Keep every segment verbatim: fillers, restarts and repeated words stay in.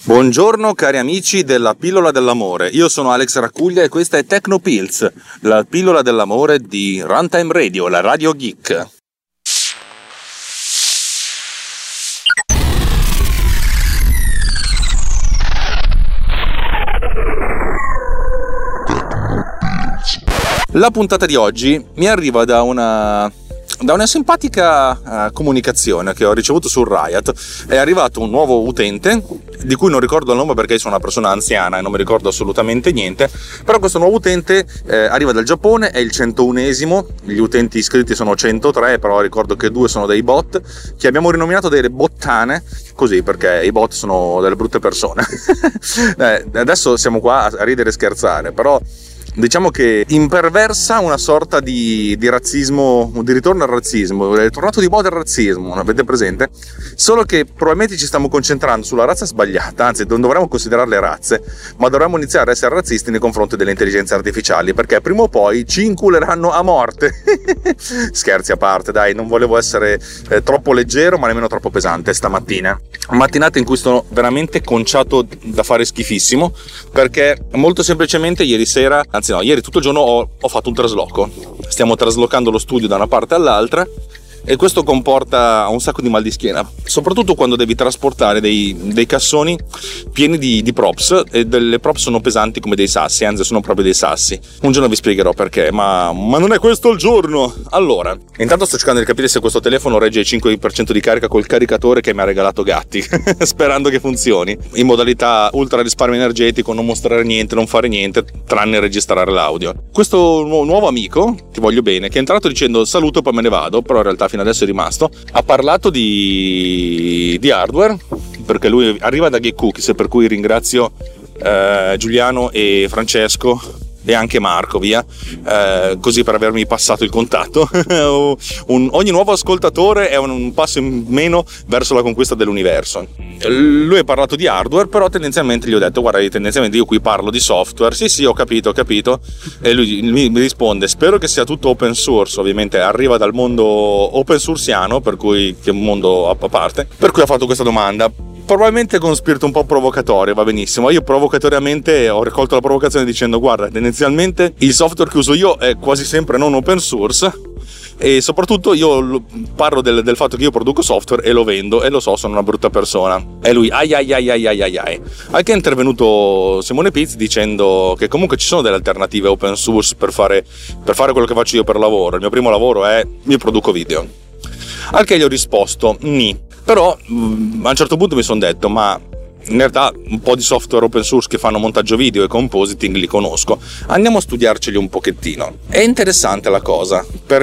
Buongiorno cari amici della pillola dell'amore, io sono Alex Raccuglia e questa è Technopills, la pillola dell'amore di Runtime Radio, la radio geek. La puntata di oggi mi arriva da una... Da una simpatica uh, comunicazione che ho ricevuto sul Riot. È arrivato un nuovo utente di cui non ricordo il nome perché sono una persona anziana e non mi ricordo assolutamente niente, però questo nuovo utente eh, arriva dal Giappone, è il centounesimo, gli utenti iscritti sono centotré, però ricordo che due sono dei bot che abbiamo rinominato delle bottane, così perché i bot sono delle brutte persone. eh, adesso siamo qua a ridere e scherzare, però diciamo che imperversa una sorta di, di razzismo, di ritorno al razzismo, è tornato di moda il razzismo, avete presente? Solo che probabilmente ci stiamo concentrando sulla razza sbagliata, anzi non dovremmo considerarle razze, ma dovremmo iniziare a essere razzisti nei confronti delle intelligenze artificiali, perché prima o poi ci inculeranno a morte. Scherzi a parte, dai, non volevo essere eh, troppo leggero ma nemmeno troppo pesante stamattina. Mattinata in cui sono veramente conciato da fare schifissimo, perché molto semplicemente ieri sera, anzi no, ieri tutto il giorno ho, ho fatto un trasloco. Stiamo traslocando lo studio da una parte all'altra e questo comporta un sacco di mal di schiena, soprattutto quando devi trasportare dei, dei cassoni pieni di, di props, e delle props sono pesanti come dei sassi, anzi sono proprio dei sassi. Un giorno vi spiegherò perché, ma, ma non è questo il giorno. Allora, intanto sto cercando di capire se questo telefono regge il cinque per cento di carica col caricatore che mi ha regalato Gatti, sperando che funzioni, in modalità ultra risparmio energetico, non mostrare niente, non fare niente, tranne registrare l'audio. Questo nu- nuovo amico, ti voglio bene, che è entrato dicendo saluto poi me ne vado, però in realtà adesso è rimasto, ha parlato di, di hardware, perché lui arriva da Geek Cookies, per cui ringrazio eh, Giuliano e Francesco e anche Marco, via, eh, così per avermi passato il contatto. un, ogni nuovo ascoltatore è un, un passo in meno verso la conquista dell'universo. Lui ha parlato di hardware, però tendenzialmente gli ho detto guarda, tendenzialmente io qui parlo di software. Sì sì, ho capito, ho capito. E lui mi, mi risponde spero che sia tutto open source. Ovviamente arriva dal mondo open sourciano, per cui che è un mondo a parte, per cui ha fatto questa domanda probabilmente con spirito un po' provocatorio. Va benissimo, io provocatoriamente ho raccolto la provocazione dicendo guarda, tendenzialmente il software che uso io è quasi sempre non open source e soprattutto io parlo del, del fatto che io produco software e lo vendo, e lo so, sono una brutta persona. E lui ai ai ai ai ai ai ai al che è intervenuto Simone Pizzi dicendo che comunque ci sono delle alternative open source per fare, per fare quello che faccio io per lavoro. Il mio primo lavoro è io produco video, al che gli ho risposto ni. Però a un certo punto mi sono detto ma in realtà un po' di software open source che fanno montaggio video e compositing li conosco, andiamo a studiarceli un pochettino. È interessante la cosa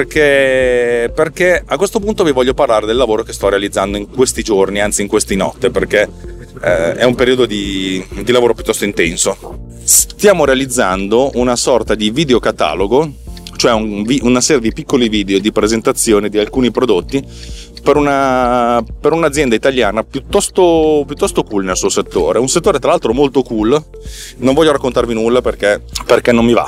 perché, perché a questo punto vi voglio parlare del lavoro che sto realizzando in questi giorni, anzi in queste notte, perché eh, è un periodo di, di lavoro piuttosto intenso. Stiamo realizzando una sorta di videocatalogo, cioè un, una serie di piccoli video di presentazione di alcuni prodotti per una per un'azienda italiana piuttosto piuttosto cool nel suo settore, un settore tra l'altro molto cool. Non voglio raccontarvi nulla perché perché non mi va,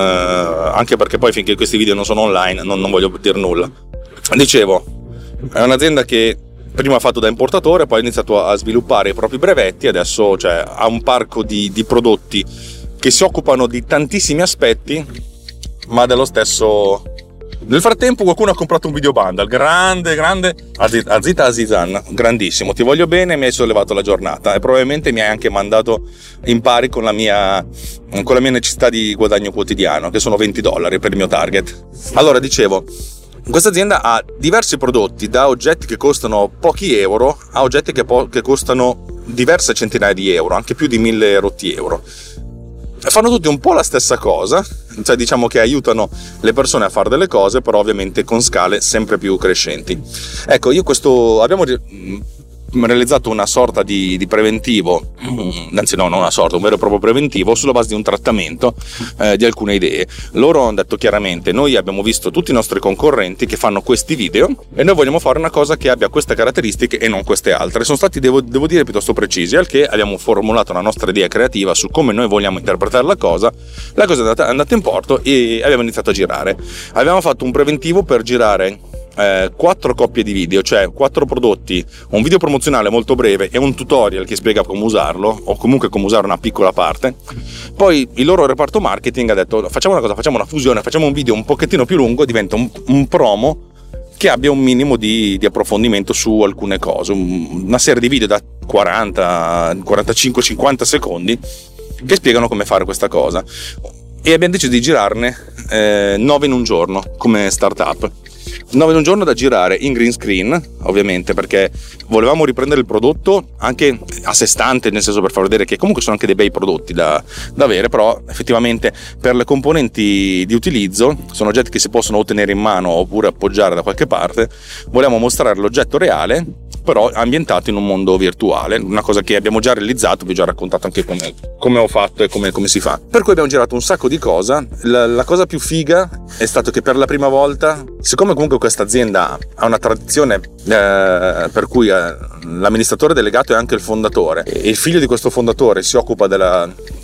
eh, anche perché poi finché questi video non sono online non, non voglio dire nulla. Dicevo, è un'azienda che prima ha fatto da importatore, poi ha iniziato a sviluppare i propri brevetti, adesso cioè, ha un parco di, di prodotti che si occupano di tantissimi aspetti, ma dello stesso. Nel frattempo qualcuno ha comprato un video bundle grande grande Azita Azizan, grandissimo, ti voglio bene, mi hai sollevato la giornata e probabilmente mi hai anche mandato in pari con la mia con la mia necessità di guadagno quotidiano, che sono venti dollari per il mio target. Allora dicevo, questa azienda ha diversi prodotti, da oggetti che costano pochi euro a oggetti che, po- che costano diverse centinaia di euro, anche più di mille rotti euro. Fanno tutti un po' la stessa cosa, cioè diciamo che aiutano le persone a fare delle cose, però ovviamente con scale sempre più crescenti. Ecco, io questo abbiamo realizzato una sorta di, di preventivo, anzi no, non una sorta, un vero e proprio preventivo sulla base di un trattamento eh, di alcune idee. Loro hanno detto chiaramente: noi abbiamo visto tutti i nostri concorrenti che fanno questi video e noi vogliamo fare una cosa che abbia queste caratteristiche e non queste altre. Sono stati, devo, devo dire, piuttosto precisi, al che abbiamo formulato una nostra idea creativa su come noi vogliamo interpretare la cosa. La cosa è andata, è andata in porto e abbiamo iniziato a girare. Abbiamo fatto un preventivo per girare eh, quattro coppie di video, cioè quattro prodotti, un video promozionale molto breve e un tutorial che spiega come usarlo, o comunque come usare una piccola parte. Poi il loro reparto marketing ha detto: facciamo una cosa, facciamo una fusione, facciamo un video un pochettino più lungo, diventa un, un promo che abbia un minimo di, di approfondimento su alcune cose, una serie di video da quaranta, quarantacinque, cinquanta secondi che spiegano come fare questa cosa. E abbiamo deciso di girarne eh, nove in un giorno come startup. nove in un giorno da girare in green screen, ovviamente, perché volevamo riprendere il prodotto anche a sé stante, nel senso, per far vedere che comunque sono anche dei bei prodotti da, da avere, però effettivamente per le componenti di utilizzo sono oggetti che si possono ottenere in mano oppure appoggiare da qualche parte. Volevamo mostrare l'oggetto reale, però ambientato in un mondo virtuale, una cosa che abbiamo già realizzato, vi ho già raccontato anche come, come ho fatto e come, come si fa. Per cui abbiamo girato un sacco di cosa. La, la cosa più figa è stato che per la prima volta, siccome comunque questa azienda ha una tradizione eh, per cui eh, l'amministratore delegato è anche il fondatore, e il figlio di questo fondatore si occupa della,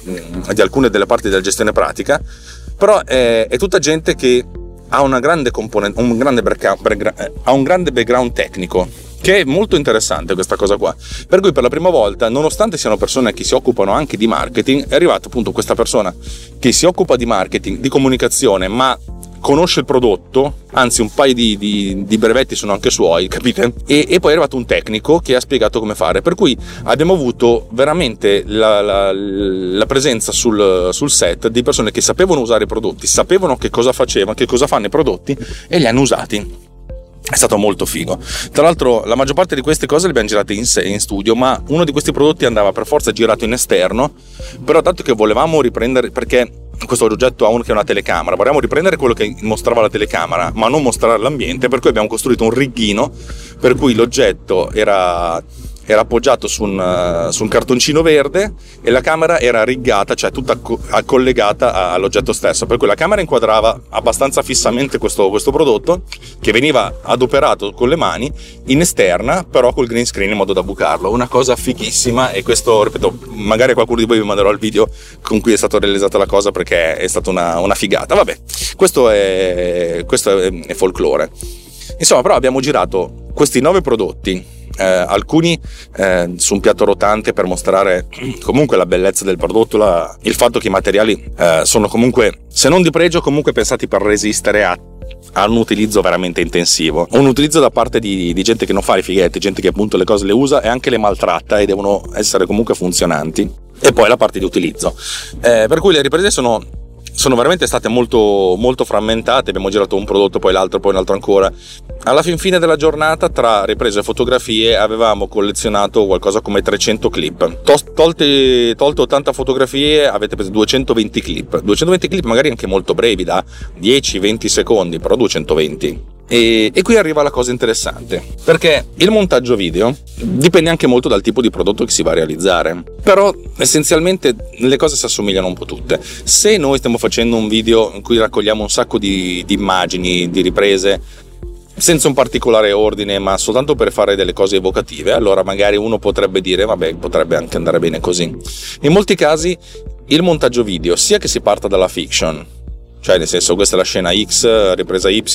di alcune delle parti della gestione pratica, però è, è tutta gente che ha una grande componente, un grande background, ha un grande background tecnico, che è molto interessante questa cosa qua. Per cui per la prima volta, nonostante siano persone che si occupano anche di marketing, è arrivata appunto questa persona che si occupa di marketing, di comunicazione, ma conosce il prodotto, anzi un paio di, di, di brevetti sono anche suoi, capite? E, e poi è arrivato un tecnico che ha spiegato come fare, per cui abbiamo avuto veramente la, la, la presenza sul, sul set di persone che sapevano usare i prodotti, sapevano che cosa facevano, che cosa fanno i prodotti, e li hanno usati. È stato molto figo. Tra l'altro la maggior parte di queste cose le abbiamo girate in, in studio, ma uno di questi prodotti andava per forza girato in esterno, però tanto che volevamo riprendere, perché questo oggetto ha uno che è una telecamera, volevamo riprendere quello che mostrava la telecamera ma non mostrare l'ambiente, per cui abbiamo costruito un righino per cui l'oggetto era era appoggiato su un, su un cartoncino verde e la camera era riggata, cioè tutta co- collegata all'oggetto stesso, per cui la camera inquadrava abbastanza fissamente questo, questo prodotto, che veniva adoperato con le mani in esterna, però col green screen in modo da bucarlo. Una cosa fighissima, e questo, ripeto, magari qualcuno di voi vi manderò il video con cui è stata realizzata la cosa, perché è stata una, una figata. Vabbè, questo è, questo è, è folklore. Insomma, però abbiamo girato questi nove prodotti, Eh, alcuni eh, su un piatto rotante, per mostrare comunque la bellezza del prodotto, la, il fatto che i materiali eh, sono comunque, se non di pregio, comunque pensati per resistere a, a un utilizzo veramente intensivo, un utilizzo da parte di, di gente che non fa i fighetti, gente che appunto le cose le usa e anche le maltratta, e devono essere comunque funzionanti. E poi la parte di utilizzo, eh, per cui le riprese sono sono veramente state molto, molto frammentate. Abbiamo girato un prodotto, poi l'altro, poi un altro ancora. Alla fin fine della giornata, tra riprese e fotografie, avevamo collezionato qualcosa come trecento clip. Tolte, tolte ottanta fotografie, avete preso duecentoventi clip. duecentoventi clip magari anche molto brevi, da dieci venti secondi, però duecentoventi. E, e qui arriva la cosa interessante, perché il montaggio video dipende anche molto dal tipo di prodotto che si va a realizzare, però essenzialmente le cose si assomigliano un po' tutte. Se noi stiamo facendo un video in cui raccogliamo un sacco di, di immagini, di riprese, senza un particolare ordine, ma soltanto per fare delle cose evocative, allora magari uno potrebbe dire vabbè, potrebbe anche andare bene così. In molti casi il montaggio video, sia che si parta dalla fiction, cioè nel senso, questa è la scena X, ripresa Y,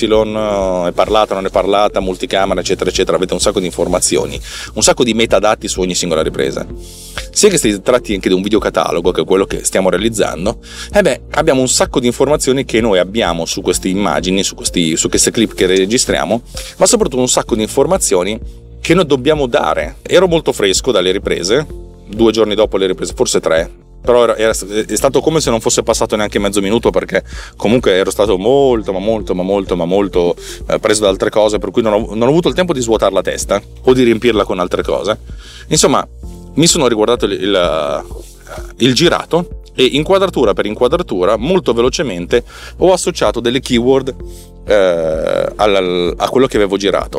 è parlata, non è parlata, multicamera, eccetera eccetera, avete un sacco di informazioni, un sacco di metadati su ogni singola ripresa. Sia che si tratti anche di un videocatalogo, che è quello che stiamo realizzando, eh beh, abbiamo un sacco di informazioni che noi abbiamo su queste immagini, su, questi, su queste clip che registriamo, ma soprattutto un sacco di informazioni che noi dobbiamo dare. Ero molto fresco dalle riprese, due giorni dopo le riprese, forse tre, però era, era, è stato come se non fosse passato neanche mezzo minuto, perché comunque ero stato molto ma molto ma molto ma molto eh, preso da altre cose, per cui non ho, non ho avuto il tempo di svuotare la testa o di riempirla con altre cose. Insomma, mi sono riguardato il, il, il girato, e inquadratura per inquadratura molto velocemente ho associato delle keyword eh, al, a quello che avevo girato.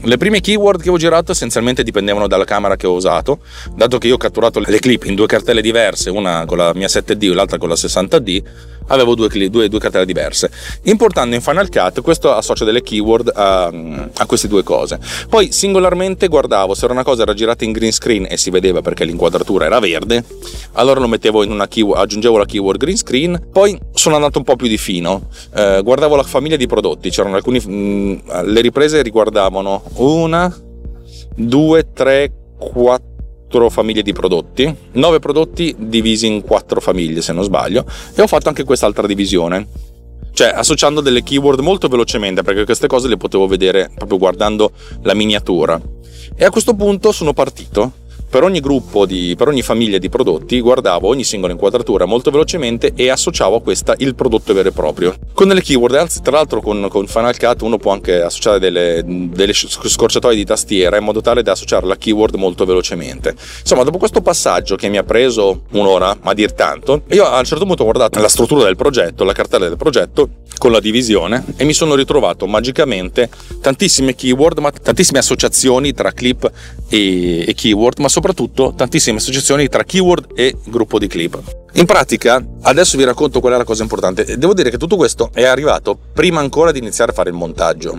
Le prime keyword che ho girato essenzialmente dipendevano dalla camera che ho usato, dato che io ho catturato le clip in due cartelle diverse, una con la mia sette D e l'altra con la sessanta D, avevo due, due, due cartelle diverse. Importando in Final Cut, questo associa delle keyword a, a queste due cose. Poi singolarmente guardavo se era una cosa era girata in green screen e si vedeva perché l'inquadratura era verde, allora lo mettevo in una keyword, aggiungevo la keyword green screen. Poi sono andato un po' più di fino, eh, guardavo la famiglia di prodotti, c'erano alcuni, mh, le riprese riguardavano una, due, tre, quattro famiglie di prodotti, nove prodotti divisi in quattro famiglie se non sbaglio, e ho fatto anche quest'altra divisione, cioè associando delle keyword molto velocemente, perché queste cose le potevo vedere proprio guardando la miniatura. E a questo punto sono partito. Per ogni gruppo di, per ogni famiglia di prodotti guardavo ogni singola inquadratura molto velocemente e associavo a questa il prodotto vero e proprio. Con delle keyword, tra l'altro con, con Final Cut uno può anche associare delle, delle scorciatoie di tastiera in modo tale da associare la keyword molto velocemente. Insomma, dopo questo passaggio che mi ha preso un'ora, ma dir tanto, io a un certo punto ho guardato la struttura del progetto, la cartella del progetto, con la divisione, e mi sono ritrovato magicamente tantissime keyword, ma tantissime associazioni tra clip e, e keyword, ma soprattutto tantissime associazioni tra keyword e gruppo di clip. In pratica, adesso vi racconto qual è la cosa importante. Devo dire che tutto questo è arrivato prima ancora di iniziare a fare il montaggio.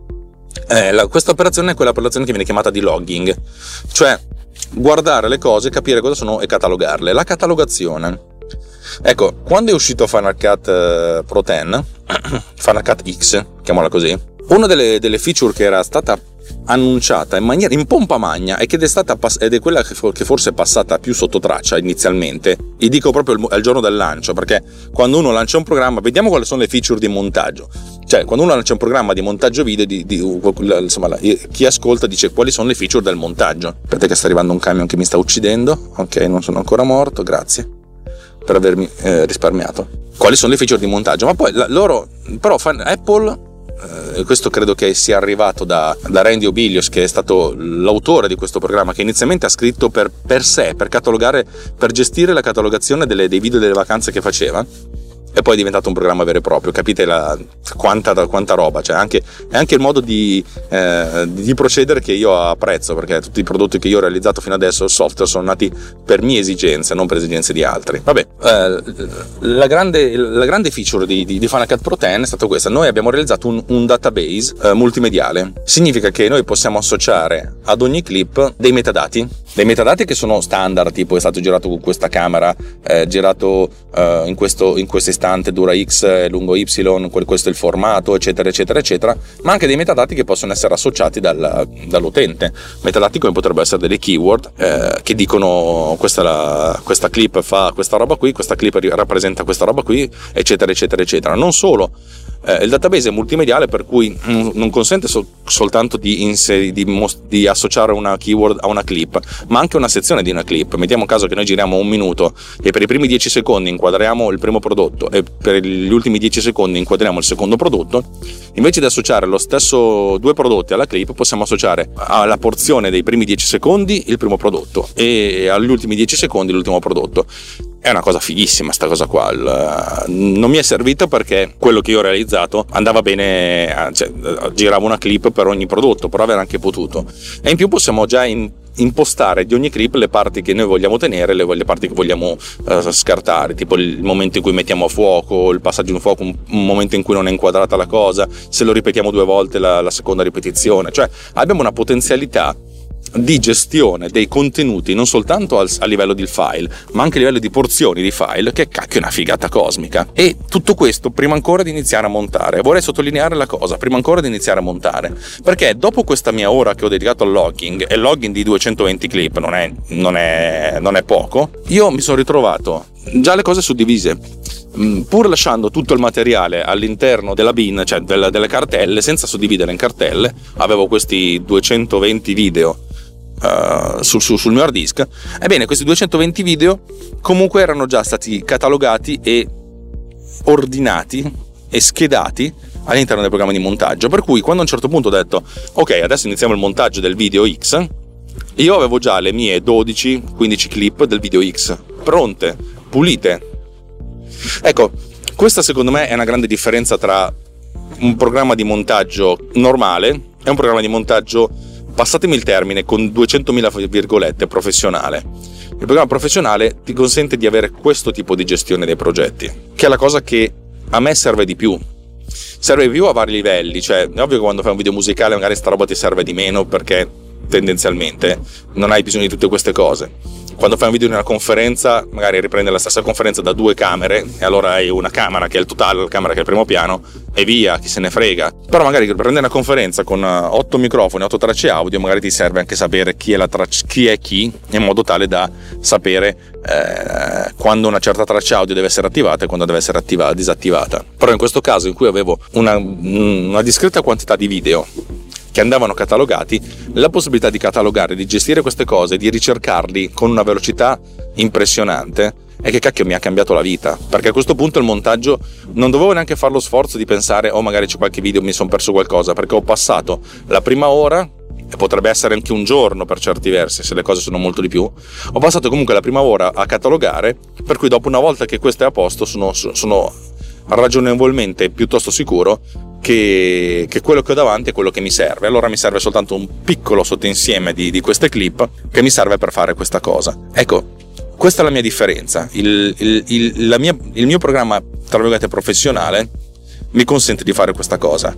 Eh, la, questa operazione è quella operazione che viene chiamata di logging, cioè guardare le cose, capire cosa sono e catalogarle. La catalogazione. Ecco, quando è uscito Final Cut uh, Pro dieci, Final Cut X, chiamiamola così, una delle, delle feature che era stata annunciata in maniera in pompa magna e che è stata pass- ed è quella che, for- che forse è passata più sotto traccia inizialmente, e dico proprio il, il giorno del lancio, perché quando uno lancia un programma, vediamo quali sono le feature di montaggio, cioè quando uno lancia un programma di montaggio video, di, di, insomma, la, chi ascolta dice quali sono le feature del montaggio. Aspetta che sta arrivando un camion che mi sta uccidendo, ok, non sono ancora morto, grazie per avermi eh, risparmiato. Quali sono le feature di montaggio? Ma poi la, loro però Apple, eh, questo credo che sia arrivato da, da Randy Obilius, che è stato l'autore di questo programma, che inizialmente ha scritto per, per sé, per catalogare, per gestire la catalogazione delle, dei video delle vacanze che faceva, e poi è diventato un programma vero e proprio. Capite la, quanta, quanta roba, cioè anche, è anche il modo di, eh, di procedere che io apprezzo, perché tutti i prodotti che io ho realizzato fino adesso, il software, sono nati per mie esigenze, non per esigenze di altri. Vabbè, eh, la, grande, la grande feature di, di, di Final Cut Pro dieci è stata questa: noi abbiamo realizzato un, un database eh, multimediale. Significa che noi possiamo associare ad ogni clip dei metadati, dei metadati che sono standard, tipo è stato girato con questa camera, eh, girato eh, in questo in questo istante, dura X, lungo Y, questo è il formato, eccetera eccetera eccetera, ma anche dei metadati che possono essere associati dal, dall'utente, metadati come potrebbero essere delle keyword eh, che dicono questa, la, questa clip fa questa roba qui, questa clip rappresenta questa roba qui, eccetera eccetera eccetera. Non solo, eh, il database è multimediale, per cui mh, non consente so, soltanto di, inseri, di, di associare una keyword a una clip, ma anche una sezione di una clip. Mettiamo caso che noi giriamo un minuto e per i primi dieci secondi inquadriamo il primo prodotto e per gli ultimi dieci secondi inquadriamo il secondo prodotto. Invece di associare lo stesso due prodotti alla clip, possiamo associare alla porzione dei primi dieci secondi il primo prodotto e agli ultimi dieci secondi l'ultimo prodotto. È una cosa fighissima sta cosa qua. Non mi è servito perché quello che io ho realizzato andava bene, cioè giravo una clip per ogni prodotto, però aver anche potuto. E in più possiamo già in, impostare di ogni clip le parti che noi vogliamo tenere, le, le parti che vogliamo uh, scartare, tipo il momento in cui mettiamo a fuoco, il passaggio in fuoco, un, un momento in cui non è inquadrata la cosa, se lo ripetiamo due volte la, la seconda ripetizione. Cioè abbiamo una potenzialità di gestione dei contenuti non soltanto al, a livello di file, ma anche a livello di porzioni di file, che cacchio è una figata cosmica. E tutto questo prima ancora di iniziare a montare. Vorrei sottolineare la cosa, prima ancora di iniziare a montare, perché dopo questa mia ora che ho dedicato al logging, e il logging di duecentoventi clip non è, non è, non è poco, io mi sono ritrovato già le cose suddivise, pur lasciando tutto il materiale all'interno della bin, cioè delle, delle cartelle, senza suddividere in cartelle. Avevo questi duecentoventi video Uh, sul, sul, sul mio hard disk. Ebbene, questi duecentoventi video comunque erano già stati catalogati e ordinati e schedati all'interno del programma di montaggio, per cui quando a un certo punto ho detto ok, adesso iniziamo il montaggio del video X, io avevo già le mie dodici quindici clip del video X pronte, pulite. Ecco, questa secondo me è una grande differenza tra un programma di montaggio normale è un programma di montaggio, passatemi il termine, con duecentomila virgolette, professionale. Il programma professionale ti consente di avere questo tipo di gestione dei progetti, che è la cosa che a me serve di più. Serve di più a vari livelli, cioè è ovvio che quando fai un video musicale magari sta roba ti serve di meno, perché tendenzialmente non hai bisogno di tutte queste cose. Quando fai un video in una conferenza magari riprende la stessa conferenza da due camere e allora hai una camera che è il totale, la camera che è il primo piano e via, chi se ne frega. Però magari per prendere una conferenza con otto microfoni, otto tracce audio, magari ti serve anche sapere chi è, la traccia, chi è chi, in modo tale da sapere eh, quando una certa traccia audio deve essere attivata e quando deve essere attivata, disattivata. Però in questo caso, in cui avevo una, una discreta quantità di video che andavano catalogati, la possibilità di catalogare, di gestire queste cose, di ricercarli con una velocità impressionante, è che cacchio mi ha cambiato la vita, perché a questo punto il montaggio non dovevo neanche fare lo sforzo di pensare oh magari c'è qualche video, mi sono perso qualcosa, perché ho passato la prima ora, e potrebbe essere anche un giorno per certi versi se le cose sono molto di più, ho passato comunque la prima ora a catalogare, per cui dopo una volta che questo è a posto sono, sono ragionevolmente piuttosto sicuro Che, che quello che ho davanti è quello che mi serve. Allora mi serve soltanto un piccolo sottoinsieme di, di queste clip che mi serve per fare questa cosa. Ecco, questa è la mia differenza. Il, il, il, la mia, il mio programma, tra virgolette, professionale mi consente di fare questa cosa.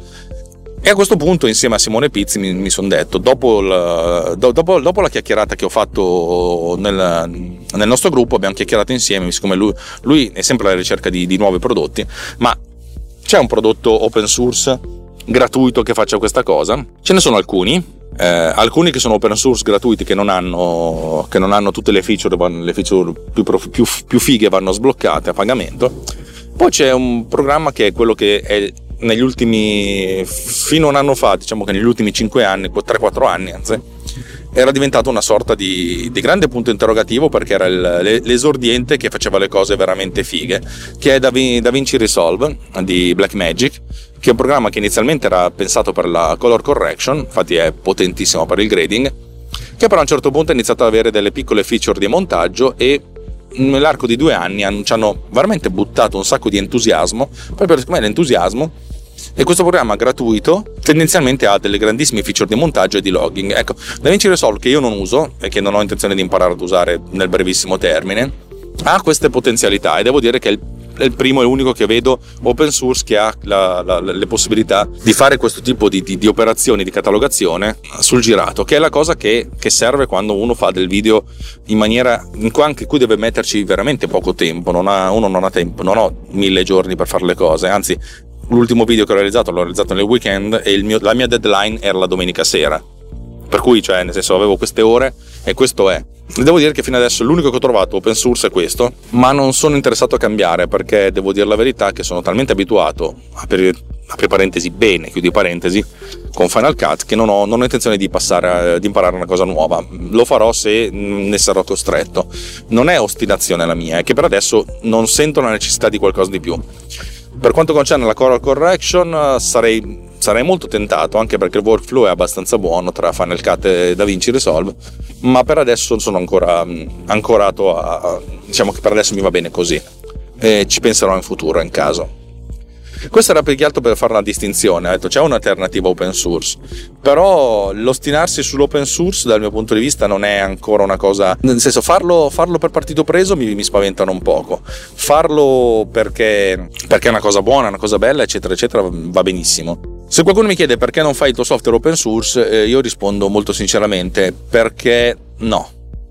E a questo punto, insieme a Simone Pizzi, mi, mi sono detto, dopo, il, do, dopo, dopo la chiacchierata che ho fatto nel, nel nostro gruppo, abbiamo chiacchierato insieme, siccome lui, lui è sempre alla ricerca di, di nuovi prodotti, ma c'è un prodotto open source gratuito che faccia questa cosa? Ce ne sono alcuni, eh, alcuni che sono open source gratuiti che non hanno, che non hanno tutte le feature, le feature più, più, più fighe vanno sbloccate a pagamento. Poi c'è un programma che è quello che è negli ultimi, fino a un anno fa, diciamo che negli ultimi cinque anni, tre quattro anni anzi, era diventato una sorta di, di grande punto interrogativo, perché era il, l'esordiente che faceva le cose veramente fighe, che è DaVinci Resolve di Blackmagic, che è un programma che inizialmente era pensato per la color correction, infatti è potentissimo per il grading, che però a un certo punto ha iniziato ad avere delle piccole feature di montaggio e nell'arco di due anni ci hanno veramente buttato un sacco di entusiasmo, proprio per l'entusiasmo. E questo programma gratuito tendenzialmente ha delle grandissime feature di montaggio e di logging. Ecco, DaVinci Resolve, che io non uso e che non ho intenzione di imparare ad usare nel brevissimo termine, ha queste potenzialità, e devo dire che è il, è il primo e unico che vedo open source che ha la, la, le possibilità di fare questo tipo di, di, di operazioni di catalogazione sul girato, che è la cosa che, che serve quando uno fa del video in maniera in cui anche qui deve metterci veramente poco tempo. Non ha, uno non ha tempo, non ho mille giorni per fare le cose, anzi l'ultimo video che ho realizzato l'ho realizzato nel weekend e il mio, la mia deadline era la domenica sera, per cui cioè nel senso avevo queste ore e questo è. Devo dire che fino adesso l'unico che ho trovato open source è questo, ma non sono interessato a cambiare, perché devo dire la verità che sono talmente abituato, apri, apri parentesi bene, chiudi parentesi, con Final Cut, che non ho, non ho intenzione di passare di imparare una cosa nuova. Lo farò se ne sarò costretto. Non è ostinazione la mia, è che per adesso non sento la necessità di qualcosa di più. Per quanto concerne la color correction, sarei, sarei molto tentato, anche perché il workflow è abbastanza buono tra Final Cut e DaVinci Resolve, ma per adesso sono ancora ancorato a, diciamo che per adesso mi va bene così, e ci penserò in futuro in caso. Questo era più che altro per fare una distinzione. Ho detto c'è un'alternativa open source, però l'ostinarsi sull'open source dal mio punto di vista non è ancora una cosa, nel senso farlo, farlo per partito preso mi, mi spaventano un poco, farlo perché, perché è una cosa buona, una cosa bella eccetera eccetera va benissimo. Se qualcuno mi chiede perché non fai il tuo software open source, eh, io rispondo molto sinceramente perché no.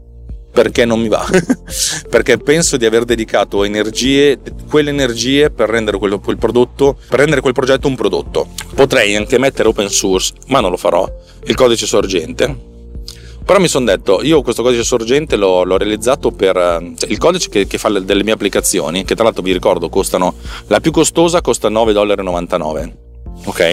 Perché non mi va, perché penso di aver dedicato energie, quelle energie per rendere quel, quel prodotto, per rendere quel progetto un prodotto. Potrei anche mettere open source, ma non lo farò, il codice sorgente. Però mi sono detto, io questo codice sorgente l'ho, l'ho realizzato per cioè, il codice che, che fa le, delle mie applicazioni, che tra l'altro vi ricordo costano, la più costosa costa nove virgola novantanove dollari, ok?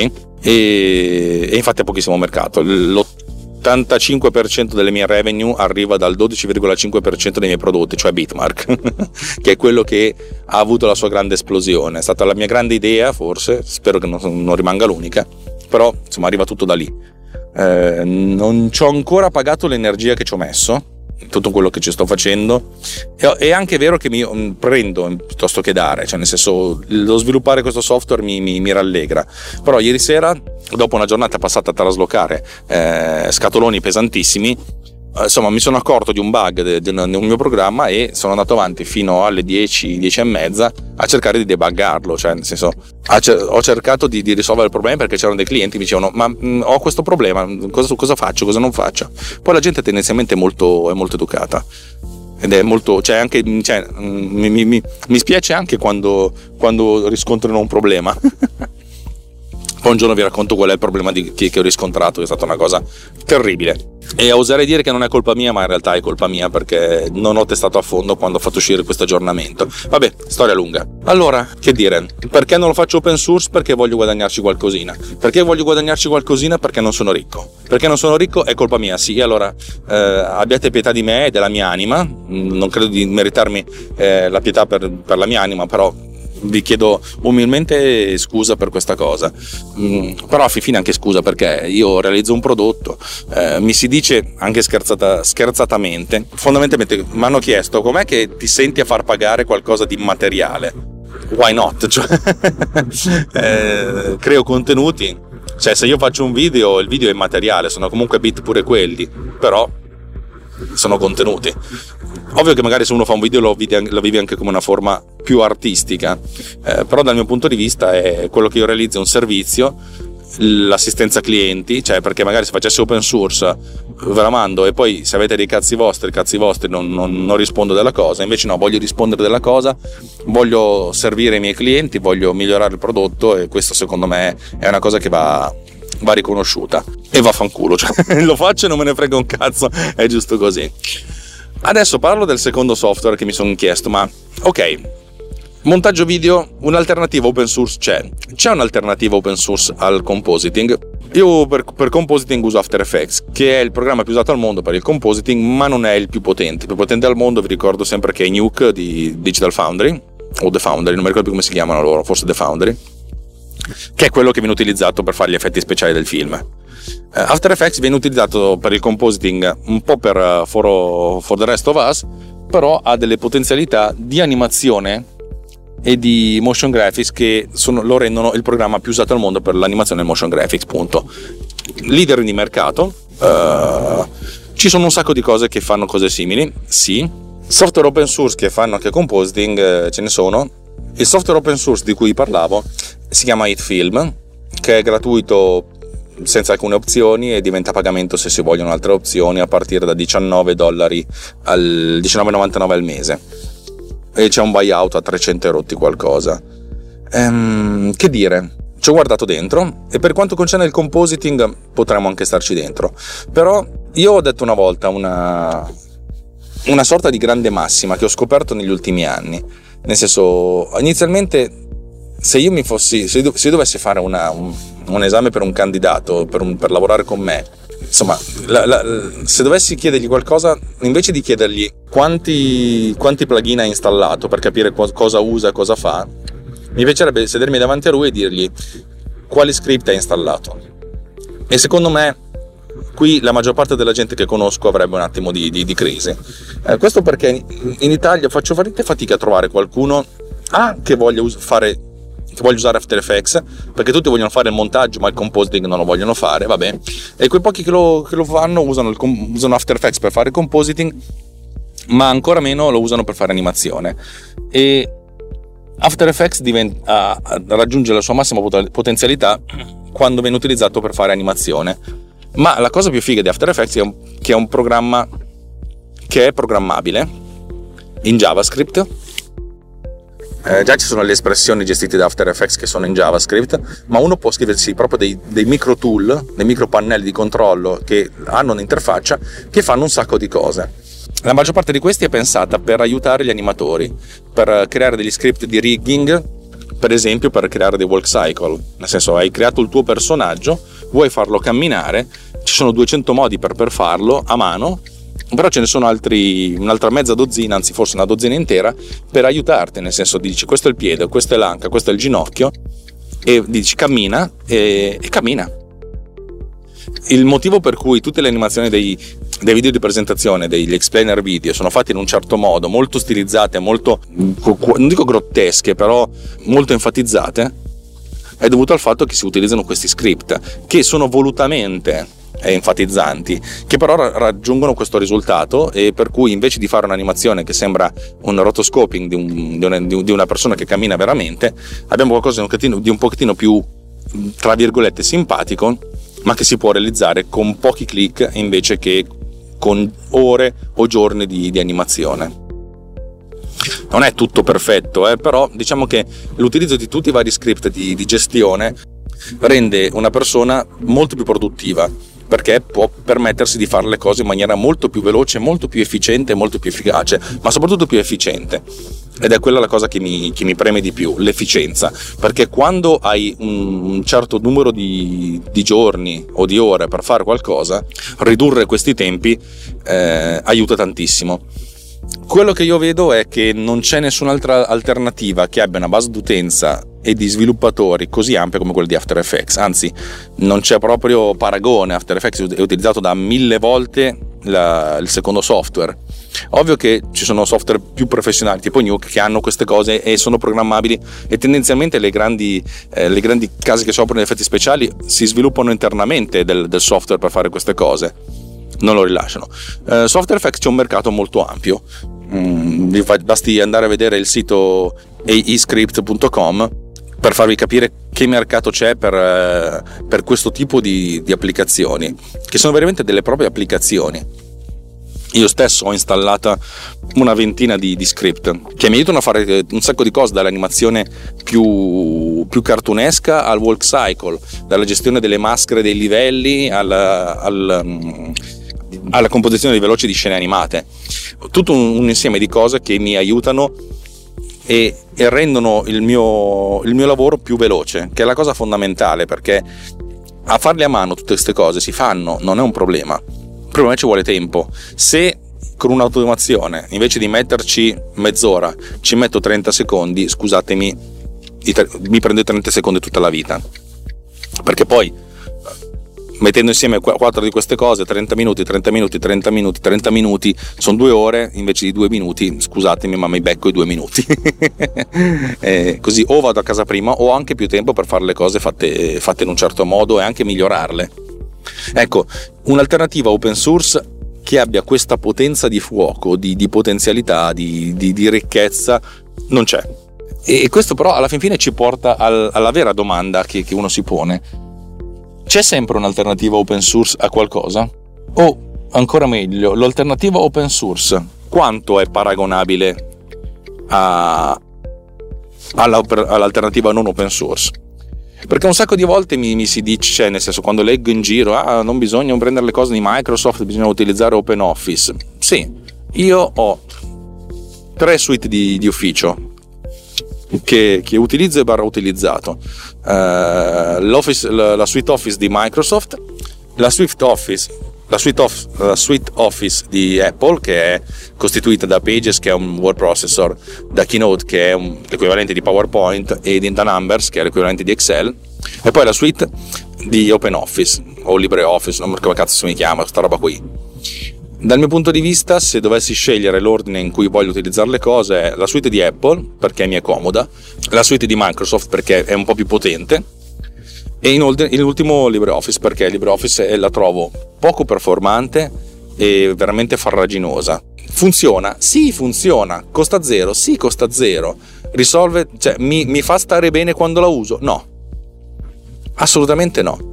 E, e infatti è pochissimo mercato. L'ottantacinque per cento delle mie revenue arriva dal dodici virgola cinque per cento dei miei prodotti, cioè Bitmark, che è quello che ha avuto la sua grande esplosione. È stata la mia grande idea, forse, spero che non, non rimanga l'unica, però insomma arriva tutto da lì. Eh, non ci ho ancora pagato l'energia che ci ho messo, tutto quello che ci sto facendo. È anche vero che mi prendo piuttosto che dare, cioè nel senso, lo sviluppare questo software mi, mi, mi rallegra. Però ieri sera, dopo una giornata passata a traslocare eh, scatoloni pesantissimi, insomma mi sono accorto di un bug di un mio programma e sono andato avanti fino alle dieci, dieci e mezza a cercare di debuggarlo, cioè nel senso ho cercato di, di risolvere il problema, perché c'erano dei clienti che mi dicevano ma mh, ho questo problema, cosa, cosa faccio, cosa non faccio. Poi la gente tendenzialmente è molto, è molto educata ed è molto, cioè anche cioè, mi, mi, mi, mi spiace anche quando, quando riscontrano un problema. Poi un giorno vi racconto qual è il problema di, che, che ho riscontrato, è stata una cosa terribile. E oserei dire che non è colpa mia, ma in realtà è colpa mia, perché non ho testato a fondo quando ho fatto uscire questo aggiornamento. Vabbè, storia lunga. Allora, che dire, perché non lo faccio open source? Perché voglio guadagnarci qualcosina. Perché voglio guadagnarci qualcosina? Perché non sono ricco. Perché non sono ricco è colpa mia, sì, allora eh, abbiate pietà di me e della mia anima. Non credo di meritarmi eh, la pietà per, per la mia anima, però vi chiedo umilmente scusa per questa cosa, mm, però a fine anche scusa, perché io realizzo un prodotto, eh, mi si dice anche scherzata, scherzatamente, fondamentalmente mi hanno chiesto com'è che ti senti a far pagare qualcosa di immateriale. Why not? Cioè, eh, creo contenuti, cioè se io faccio un video, il video è immateriale, sono comunque bit pure quelli, però sono contenuti. Ovvio che magari se uno fa un video lo vive, lo vive anche come una forma più artistica, eh, però dal mio punto di vista è quello che io realizzo, un servizio, l'assistenza clienti, cioè perché magari se facessi open source ve la mando e poi se avete dei cazzi vostri, cazzi vostri non, non, non rispondo della cosa, invece no, voglio rispondere della cosa, voglio servire i miei clienti, voglio migliorare il prodotto, e questo secondo me è una cosa che va va riconosciuta, e vaffanculo, cioè lo faccio e non me ne frega un cazzo, è giusto così. Adesso parlo del secondo software che mi sono chiesto, ma ok, montaggio video, un'alternativa open source c'è, c'è un'alternativa open source al compositing. Io per, per compositing uso After Effects, che è il programma più usato al mondo per il compositing, ma non è il più potente. Il più potente al mondo vi ricordo sempre che è Nuke di Digital Foundry, o The Foundry, non mi ricordo più come si chiamano loro, forse The Foundry, che è quello che viene utilizzato per fare gli effetti speciali del film. After Effects viene utilizzato per il compositing un po' per for, for the Rest of Us, però ha delle potenzialità di animazione e di motion graphics che sono, lo rendono il programma più usato al mondo per l'animazione e il motion graphics, punto. Leader di mercato, uh, ci sono un sacco di cose che fanno cose simili, sì. Software open source che fanno anche compositing, eh, ce ne sono. Il software open source di cui parlavo si chiama HitFilm, che è gratuito senza alcune opzioni e diventa a pagamento se si vogliono altre opzioni, a partire da diciannove dollari al diciannove virgola novantanove al mese, e c'è un buyout a trecento rotti qualcosa. Ehm, che dire, ci ho guardato dentro, e per quanto concerne il compositing potremmo anche starci dentro, però io ho detto una volta una, una sorta di grande massima che ho scoperto negli ultimi anni, nel senso, inizialmente se io mi fossi se io dovessi fare una, un, un esame per un candidato per, un, per lavorare con me, insomma, la, la, se dovessi chiedergli qualcosa, invece di chiedergli quanti, quanti plugin ha installato per capire cosa usa e cosa fa, mi piacerebbe sedermi davanti a lui e dirgli quali script ha installato. E secondo me qui la maggior parte della gente che conosco avrebbe un attimo di, di, di crisi. Eh, questo perché in Italia faccio veramente fatica a trovare qualcuno ah, che voglia us- fare che voglio usare After Effects, perché tutti vogliono fare il montaggio ma il compositing non lo vogliono fare, vabbè, e quei pochi che lo, che lo fanno usano, il, usano After Effects per fare compositing, ma ancora meno lo usano per fare animazione. E After Effects diventa, raggiunge la sua massima potenzialità quando viene utilizzato per fare animazione. Ma la cosa più figa di After Effects è un, che è un programma che è programmabile in JavaScript. Eh, già ci sono le espressioni gestite da After Effects che sono in JavaScript, ma uno può scriversi proprio dei, dei micro tool, dei micro pannelli di controllo che hanno un'interfaccia che fanno un sacco di cose. La maggior parte di questi è pensata per aiutare gli animatori, per creare degli script di rigging, per esempio per creare dei walk cycle, nel senso hai creato il tuo personaggio, vuoi farlo camminare, ci sono duecento modi per, per farlo a mano, però ce ne sono altri, un'altra mezza dozzina, anzi forse una dozzina intera, per aiutarti, nel senso dici questo è il piede, questo è l'anca, questo è il ginocchio, e dici cammina e, e cammina. Il motivo per cui tutte le animazioni dei dei video di presentazione, degli explainer video sono fatti in un certo modo, molto stilizzate, molto, non dico grottesche, però molto enfatizzate, è dovuto al fatto che si utilizzano questi script che sono volutamente enfatizzanti, che però raggiungono questo risultato, e per cui invece di fare un'animazione che sembra un rotoscoping di, un, di, una, di una persona che cammina veramente, abbiamo qualcosa di un pochettino, di un pochettino più, tra virgolette, simpatico, ma che si può realizzare con pochi click invece che con ore o giorni di, di animazione. Non è tutto perfetto, eh, però diciamo che l'utilizzo di tutti i vari script di, di gestione rende una persona molto più produttiva, perché può permettersi di fare le cose in maniera molto più veloce, molto più efficiente, molto più efficace, ma soprattutto più efficiente. Ed è quella la cosa che mi, che mi preme di più, l'efficienza, perché quando hai un certo numero di, di giorni o di ore per fare qualcosa, ridurre questi tempi eh, aiuta tantissimo. Quello che io vedo è che non c'è nessun'altra alternativa che abbia una base d'utenza e di sviluppatori così ampia come quella di After Effects, anzi non c'è proprio paragone. After Effects è utilizzato da mille volte la, il secondo software. Ovvio che ci sono software più professionali tipo Nuke che hanno queste cose e sono programmabili, e tendenzialmente le grandi, eh, le grandi case che si operano in effetti speciali si sviluppano internamente del, del software per fare queste cose, non lo rilasciano. Uh, su After Effects c'è un mercato molto ampio, mm, basti andare a vedere il sito a e script punto com per farvi capire che mercato c'è per, uh, per questo tipo di, di applicazioni, che sono veramente delle proprie applicazioni. Io stesso ho installata una ventina di, di script che mi aiutano a fare un sacco di cose, dall'animazione più, più cartunesca al walk cycle, dalla gestione delle maschere dei livelli alla, al, alla composizione veloce di scene animate. Tutto un, un insieme di cose che mi aiutano e, e rendono il mio, il mio lavoro più veloce, che è la cosa fondamentale, perché a farle a mano tutte queste cose si fanno, non è un problema. Il problema ci vuole tempo. Se con un'automazione invece di metterci mezz'ora ci metto trenta secondi, scusatemi, mi prende trenta secondi tutta la vita, perché poi mettendo insieme quattro di queste cose, trenta minuti, trenta minuti, trenta minuti, trenta minuti, sono due ore invece di due minuti, scusatemi ma mi becco i due minuti. eh, così o vado a casa prima o ho anche più tempo per fare le cose fatte, fatte in un certo modo e anche migliorarle. Ecco, un'alternativa open source che abbia questa potenza di fuoco, di, di potenzialità, di, di, di ricchezza, non c'è. E questo però alla fin fine ci porta al, alla vera domanda che, che uno si pone: c'è sempre un'alternativa open source a qualcosa? O ancora meglio, l'alternativa open source quanto è paragonabile a, all'alternativa non open source? Perché un sacco di volte mi, mi si dice, cioè, nel senso, quando leggo in giro, ah, non bisogna prendere le cose di Microsoft, bisogna utilizzare OpenOffice. Sì, io ho tre suite di, di ufficio che, che utilizzo e barra utilizzato. Uh, l'office, la, la suite Office di Microsoft, la suite Office, la suite, of, la suite Office di Apple, che è costituita da Pages, che è un word processor, da Keynote, che è un, l'equivalente di PowerPoint, e da Numbers, che è l'equivalente di Excel, e poi la suite di OpenOffice o LibreOffice, non so come cazzo si chiama questa roba qui. Dal mio punto di vista, se dovessi scegliere l'ordine in cui voglio utilizzare le cose, è la suite di Apple perché mi è comoda, la suite di Microsoft perché è un po' più potente, e inoltre l'ultimo LibreOffice perché LibreOffice la trovo poco performante e veramente farraginosa. Funziona? Sì, funziona. Costa zero? Sì, costa zero. Risolve, cioè mi, mi fa stare bene quando la uso? No, assolutamente no.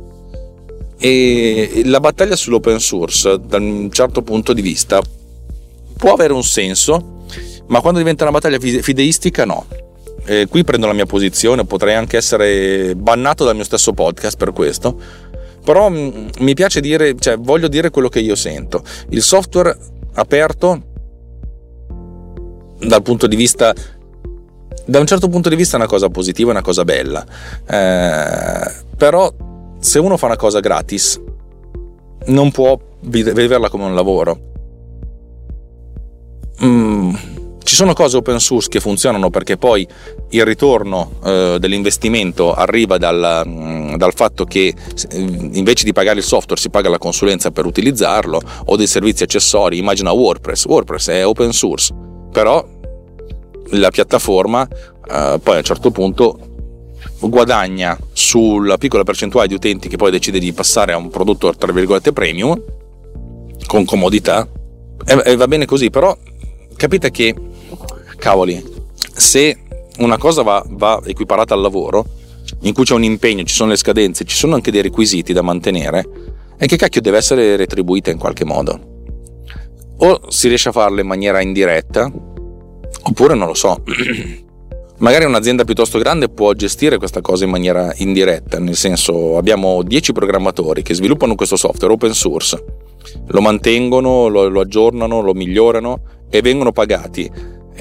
E la battaglia sull'open source, da un certo punto di vista, può avere un senso, ma quando diventa una battaglia fideistica no. Eh, qui prendo la mia posizione, potrei anche essere bannato dal mio stesso podcast per questo, però mh, mi piace dire, cioè voglio dire quello che io sento. Il software aperto, dal punto di vista, da un certo punto di vista è una cosa positiva, è una cosa bella, eh, però se uno fa una cosa gratis non può vederla come un lavoro. Mm. Ci sono cose open source che funzionano perché poi il ritorno eh, dell'investimento arriva dal, mh, dal fatto che invece di pagare il software si paga la consulenza per utilizzarlo, o dei servizi accessori. Immagina WordPress, WordPress è open source, però la piattaforma eh, poi a un certo punto guadagna sulla piccola percentuale di utenti che poi decide di passare a un prodotto tra virgolette premium con comodità, e, e va bene così. Però capite che, cavoli, se una cosa va, va equiparata al lavoro, in cui c'è un impegno, ci sono le scadenze, ci sono anche dei requisiti da mantenere, e che cacchio deve essere retribuita in qualche modo. O si riesce a farlo in maniera indiretta, oppure non lo so. Magari un'azienda piuttosto grande può gestire questa cosa in maniera indiretta, nel senso, abbiamo dieci programmatori che sviluppano questo software open source, lo mantengono, lo, lo aggiornano, lo migliorano e vengono pagati,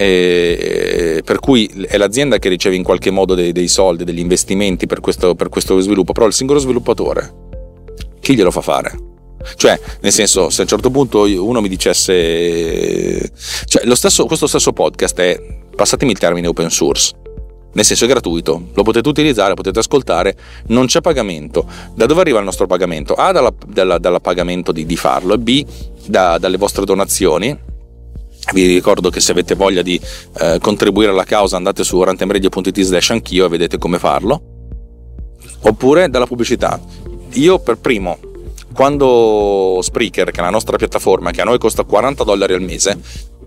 e per cui è l'azienda che riceve in qualche modo dei, dei soldi, degli investimenti per questo, per questo sviluppo. Però il singolo sviluppatore chi glielo fa fare? Cioè, nel senso, se a un certo punto uno mi dicesse, cioè lo stesso, questo stesso podcast è, passatemi il termine, open source, nel senso è gratuito, lo potete utilizzare, potete ascoltare, non c'è pagamento. Da dove arriva il nostro pagamento? A, dalla, dalla, dalla pagamento di, di farlo, e B, da, dalle vostre donazioni. Vi ricordo che se avete voglia di eh, contribuire alla causa, andate su rantemradio punto it slash anch'io e vedete come farlo. Oppure dalla pubblicità. Io per primo, quando Spreaker, che è la nostra piattaforma, che a noi costa quaranta dollari al mese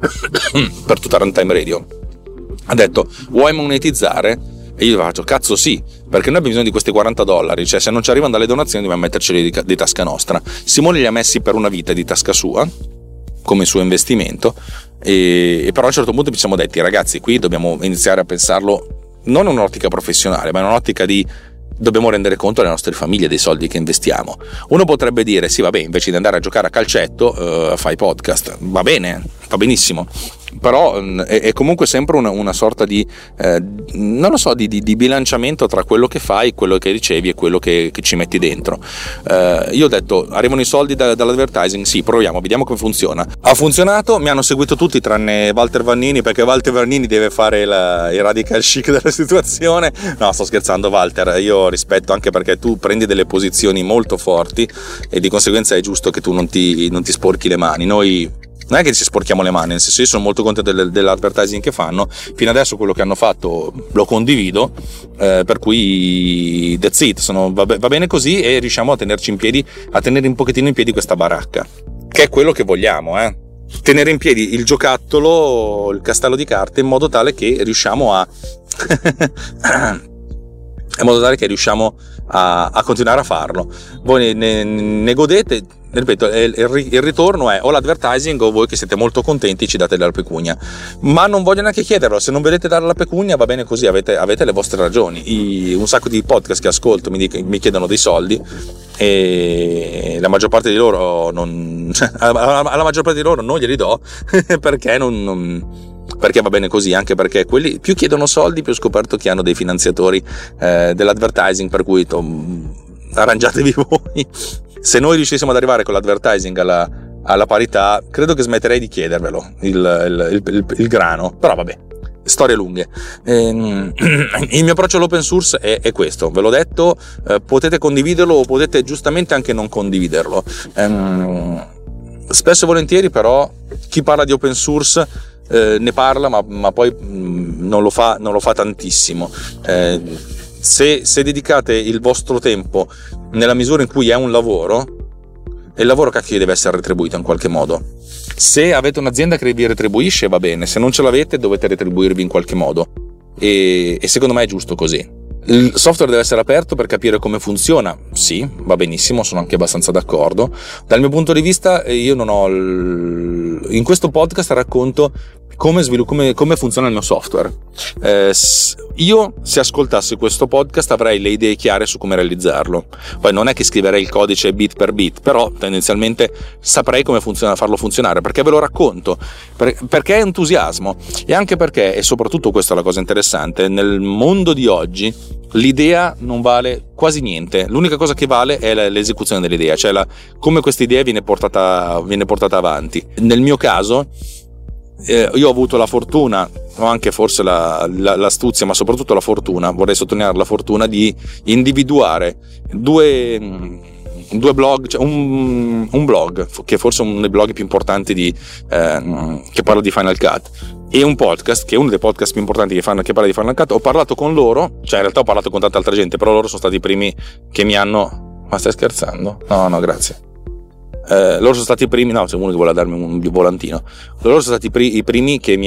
per tutta Runtime Radio, ha detto vuoi monetizzare? E io faccio cazzo sì, perché noi abbiamo bisogno di questi quaranta dollari, cioè se non ci arrivano dalle donazioni dobbiamo metterceli di, di tasca nostra. Simone li ha messi per una vita di tasca sua come suo investimento, e, e però a un certo punto ci siamo detti ragazzi, qui dobbiamo iniziare a pensarlo non in un'ottica professionale, ma in un'ottica di dobbiamo rendere conto alle nostre famiglie dei soldi che investiamo. Uno potrebbe dire sì vabbè, invece di andare a giocare a calcetto eh, fai podcast, va bene, va benissimo, però è, è comunque sempre una, una sorta di eh, non lo so di, di, di bilanciamento tra quello che fai, quello che ricevi e quello che, che ci metti dentro. Eh, io ho detto arrivano i soldi da, dall'advertising, sì, proviamo, vediamo come funziona. Ha funzionato, mi hanno seguito tutti tranne Walter Vannini, perché Walter Vannini deve fare la, il radical chic della situazione. No, sto scherzando Walter, io rispetto, anche perché tu prendi delle posizioni molto forti e di conseguenza è giusto che tu non ti, non ti sporchi le mani. Noi non è che ci sporchiamo le mani, nel senso, io sono molto contento del, dell'advertising che fanno. Fino adesso quello che hanno fatto lo condivido, eh, per cui that's it, sono, va, va bene così, e riusciamo a tenerci in piedi, a tenere un pochettino in piedi questa baracca, che è quello che vogliamo, eh? Tenere in piedi il giocattolo, il castello di carte, in modo tale che riusciamo a in modo tale che riusciamo a, a continuare a farlo. Voi ne, ne, ne godete, ripeto, il, il ritorno è o l'advertising o voi che siete molto contenti ci date della pecunia, ma non voglio neanche chiederlo. Se non vedete dare la pecunia va bene così, avete, avete le vostre ragioni. I, un sacco di podcast che ascolto mi, dic, mi chiedono dei soldi, e la maggior parte di loro non, alla, alla maggior parte di loro non glieli do perché non, non perché va bene così, anche perché quelli più chiedono soldi più ho scoperto che hanno dei finanziatori eh, dell'advertising, per cui to, arrangiatevi voi. Se noi riuscissimo ad arrivare con l'advertising alla, alla parità, credo che smetterei di chiedervelo il, il, il, il, il grano, però vabbè, storie lunghe. Ehm, il mio approccio all'open source è, è questo, ve l'ho detto, eh, potete condividerlo o potete giustamente anche non condividerlo. Ehm, spesso e volentieri però chi parla di open source Eh, ne parla ma, ma poi mh, non lo fa non lo fa tantissimo. Eh, se, se dedicate il vostro tempo nella misura in cui è un lavoro, e il lavoro cacchio deve essere retribuito in qualche modo. Se avete un'azienda che vi retribuisce va bene, se non ce l'avete dovete retribuirvi in qualche modo, e, e secondo me è giusto così. Il software deve essere aperto per capire come funziona, sì, va benissimo, sono anche abbastanza d'accordo. Dal mio punto di vista io non ho il... in questo podcast racconto come, svilu- come, come funziona il mio software. Eh, io se ascoltassi questo podcast avrei le idee chiare su come realizzarlo. Poi non è che scriverei il codice bit per bit, però tendenzialmente saprei come funziona, farlo funzionare, perché ve lo racconto, per, perché è entusiasmo, e anche perché, e soprattutto questa è la cosa interessante, nel mondo di oggi l'idea non vale quasi niente, l'unica cosa che vale è l'esecuzione dell'idea, cioè la, come questa idea viene portata, viene portata avanti. Nel mio caso eh, io ho avuto la fortuna, o anche forse la, la, l'astuzia, ma soprattutto la fortuna, vorrei sottolineare la fortuna di individuare due due blog, cioè un, un blog che forse è uno dei blog più importanti di, eh, che parla di Final Cut, e un podcast che è uno dei podcast più importanti che, fanno, che parla di Final Cut. Ho parlato con loro, cioè in realtà ho parlato con tanta altra gente, però loro sono stati i primi che mi hanno... Ma stai scherzando? No, no, grazie. Eh, loro sono stati i primi, no, c'è uno che vuole darmi un volantino. Loro sono stati i, pri, i primi che mi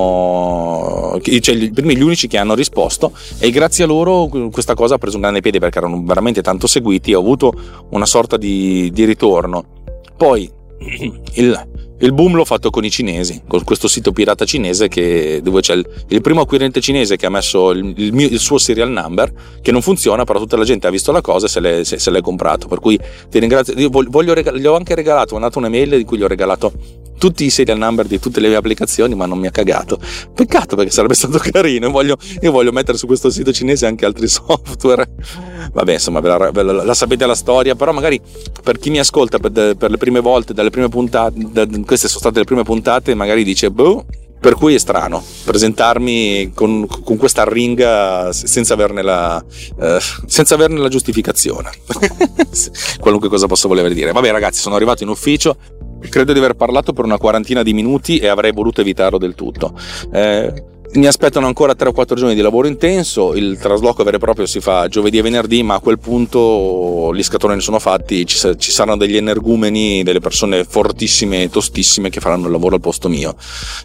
hanno, cioè i primi, gli unici che hanno risposto, e grazie a loro questa cosa ha preso un grande piede, perché erano veramente tanto seguiti. Ho avuto una sorta di, di ritorno. Poi il, il boom l'ho fatto con i cinesi, con questo sito pirata cinese che, dove c'è il, il primo acquirente cinese che ha messo il, il, mio, il suo serial number, che non funziona, però tutta la gente ha visto la cosa e se l'è, se, se l'è comprato. Per cui ti ringrazio. Io voglio regal- gli ho anche regalato, ho mandato un'email di cui gli ho regalato tutti i serial number di tutte le mie applicazioni, ma non mi ha cagato. Peccato, perché sarebbe stato carino. Io voglio, io voglio mettere su questo sito cinese anche altri software. Vabbè, insomma, ve la, ve la, la sapete la storia, però magari per chi mi ascolta per, per le prime volte, dalle prime puntate, da, queste sono state le prime puntate, magari dice boh, per cui è strano presentarmi con, con questa arringa senza averne la, eh, senza averne la giustificazione. Qualunque cosa posso voler dire. Vabbè ragazzi, sono arrivato in ufficio, credo di aver parlato per una quarantina di minuti e avrei voluto evitarlo del tutto. Eh, mi aspettano ancora tre o quattro giorni di lavoro intenso. Il trasloco vero e proprio si fa giovedì e venerdì, ma a quel punto gli scatoloni sono fatti, ci, ci saranno degli energumeni, delle persone fortissime e tostissime che faranno il lavoro al posto mio.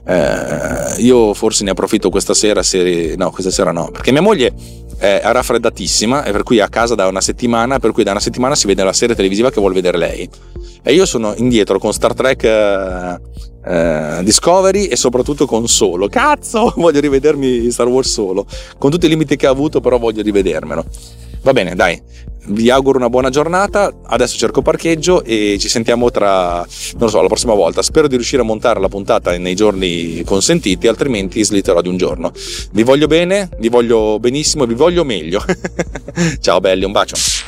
Eh, io forse ne approfitto questa sera, se, no questa sera no, perché mia moglie è raffreddatissima, e per cui è a casa da una settimana, per cui da una settimana si vede la serie televisiva che vuole vedere lei, e io sono indietro con Star Trek eh, eh, Discovery, e soprattutto con Solo. Cazzo, voglio rivedermi Star Wars Solo, con tutti i limiti che ha avuto, però voglio rivedermelo. Va bene, dai, vi auguro una buona giornata. Adesso cerco parcheggio e ci sentiamo tra, non lo so, la prossima volta. Spero di riuscire a montare la puntata nei giorni consentiti, altrimenti slitterò di un giorno. Vi voglio bene, vi voglio benissimo, vi voglio meglio. Ciao belli, un bacio.